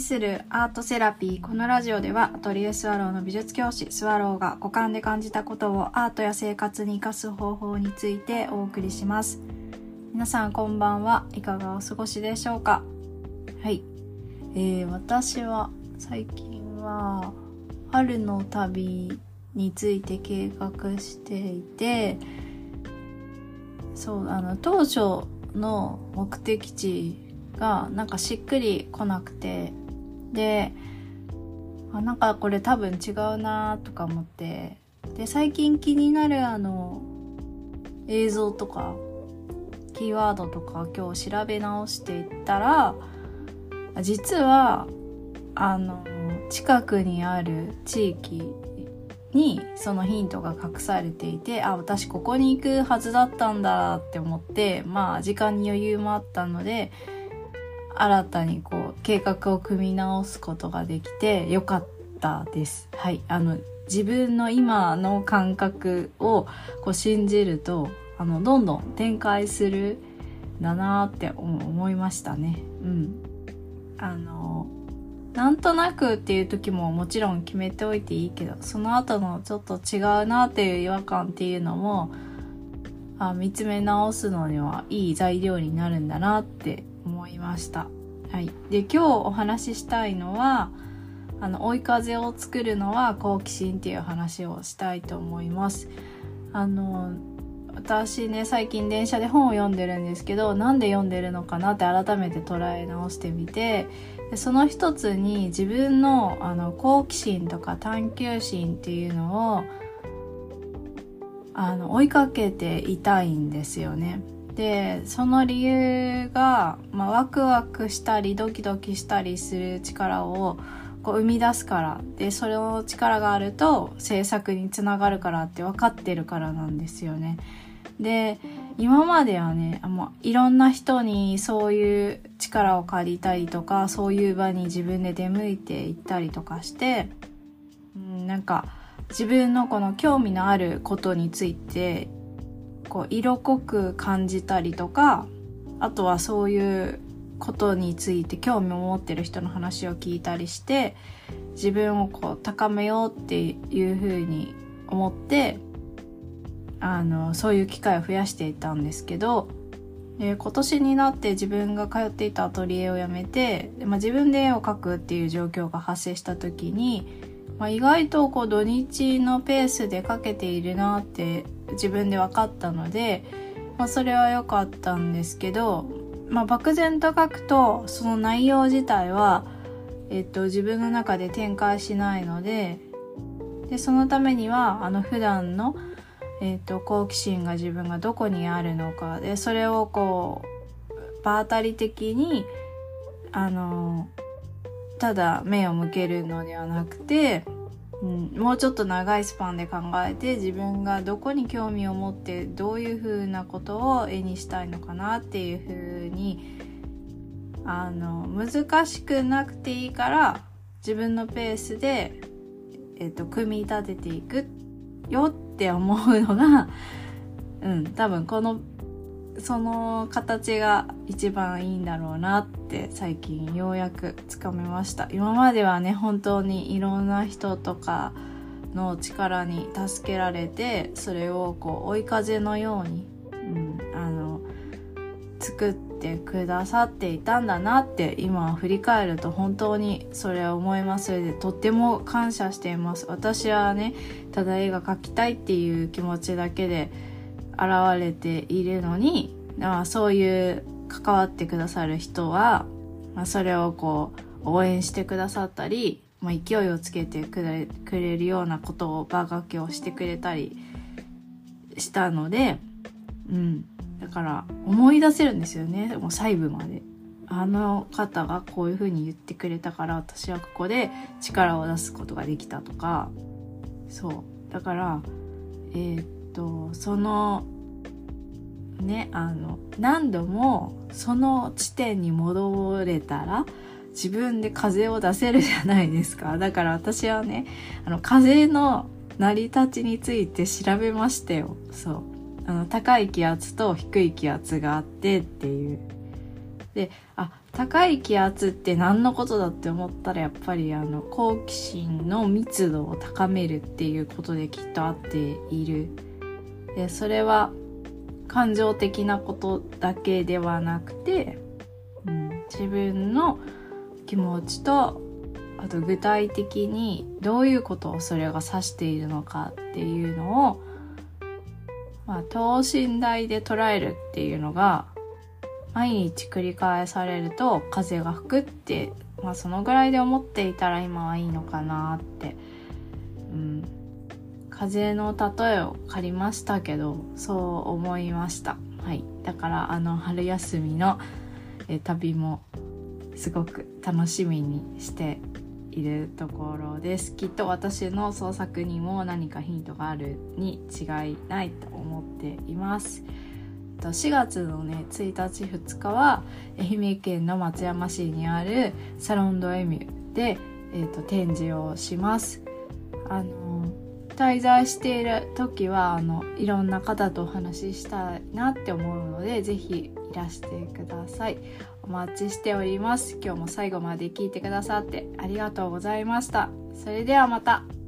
するアートセラピー。このラジオではアトリエスワローの美術教師スワローが五感で感じたことをアートや生活に生かす方法についてお送りします。皆さんこんばんは。いかがお過ごしでしょうか。はい、私は最近は春の旅について計画していて、当初の目的地がなんかしっくりこなくて、でなんかこれ多分違うなとか思って、で最近気になる映像とかキーワードとか今日調べ直していったら、実は近くにある地域にそのヒントが隠されていて、私ここに行くはずだったんだって思って、時間に余裕もあったので新たに計画を組み直すことができてよかったです。はい、自分の今の感覚を信じるとどんどん展開するんだなって思いましたね。なんとなくっていう時ももちろん決めておいていいけど、その後のちょっと違うなっていう違和感っていうのも見つめ直すのにはいい材料になるんだなって思いました。はい、で今日お話ししたいのは追い風を作るのは好奇心っていう話をしたいと思います。私ね、最近電車で本を読んでるんですけど、なんで読んでるのかなって改めて捉え直してみて、でその一つに自分の好奇心とか探求心っていうのを追いかけていたいんですよね。でその理由が、ワクワクしたりドキドキしたりする力を生み出すからで、その力があると制作につながるからって分かってるからなんですよね。で今まではね、いろんな人にそういう力を借りたりとか、そういう場に自分で出向いていったりとかして、なんか自分のこの興味のあることについて色濃く感じたりとか、あとはそういうことについて興味を持ってる人の話を聞いたりして、自分を高めようっていうふうに思ってそういう機会を増やしていたんですけど、今年になって自分が通っていたアトリエを辞めて、自分で絵を描くっていう状況が発生した時に、意外と土日のペースで描けているなって自分で分かったので、それは良かったんですけど、漠然と描くとその内容自体は、自分の中で展開しないので、そのためには普段の好奇心が自分がどこにあるのかで、それを場当たり的にただ目を向けるのではなくて、もうちょっと長いスパンで考えて、自分がどこに興味を持ってどういう風なことを絵にしたいのかなっていう風に難しくなくていいから自分のペースで、組み立てていくよって思うのが、多分その形が一番いいんだろうなって最近ようやくつかめました。今まではね、本当にいろんな人とかの力に助けられて、それを追い風のように、作ってくださっていたんだなって今振り返ると本当にそれを思います。それでとっても感謝しています。私はね、ただ絵が描きたいっていう気持ちだけで現れているのに、そういう関わってくださる人は、それを応援してくださったり、勢いをつけてくれるようなことを場掛けをしてくれたりしたので、だから思い出せるんですよね。もう細部まで方がこういう風に言ってくれたから私はここで力を出すことができたとか、そうだからそのね、何度もその地点に戻れたら自分で風を出せるじゃないですか。だから私はね、風の成り立ちについて調べましたよ。高い気圧と低い気圧があってっていう。 で、高い気圧って何のことだって思ったら、やっぱり好奇心の密度を高めるっていうことできっと合っている。で、それは感情的なことだけではなくて、自分の気持ちと、あと具体的にどういうことをそれが指しているのかっていうのを、等身大で捉えるっていうのが毎日繰り返されると風が吹くって、そのぐらいで思っていたら今はいいのかなって、風の例えを借りましたけど、そう思いました。はい。だから春休みの旅もすごく楽しみにしているところです。きっと私の創作にも何かヒントがあるに違いないと思っています。4月のね1日2日は愛媛県の松山市にあるサロンドエミュで、展示をします。滞在している時はいろんな方とお話ししたいなって思うので、ぜひいらしてください。お待ちしております。今日も最後まで聞いてくださってありがとうございました。それではまた。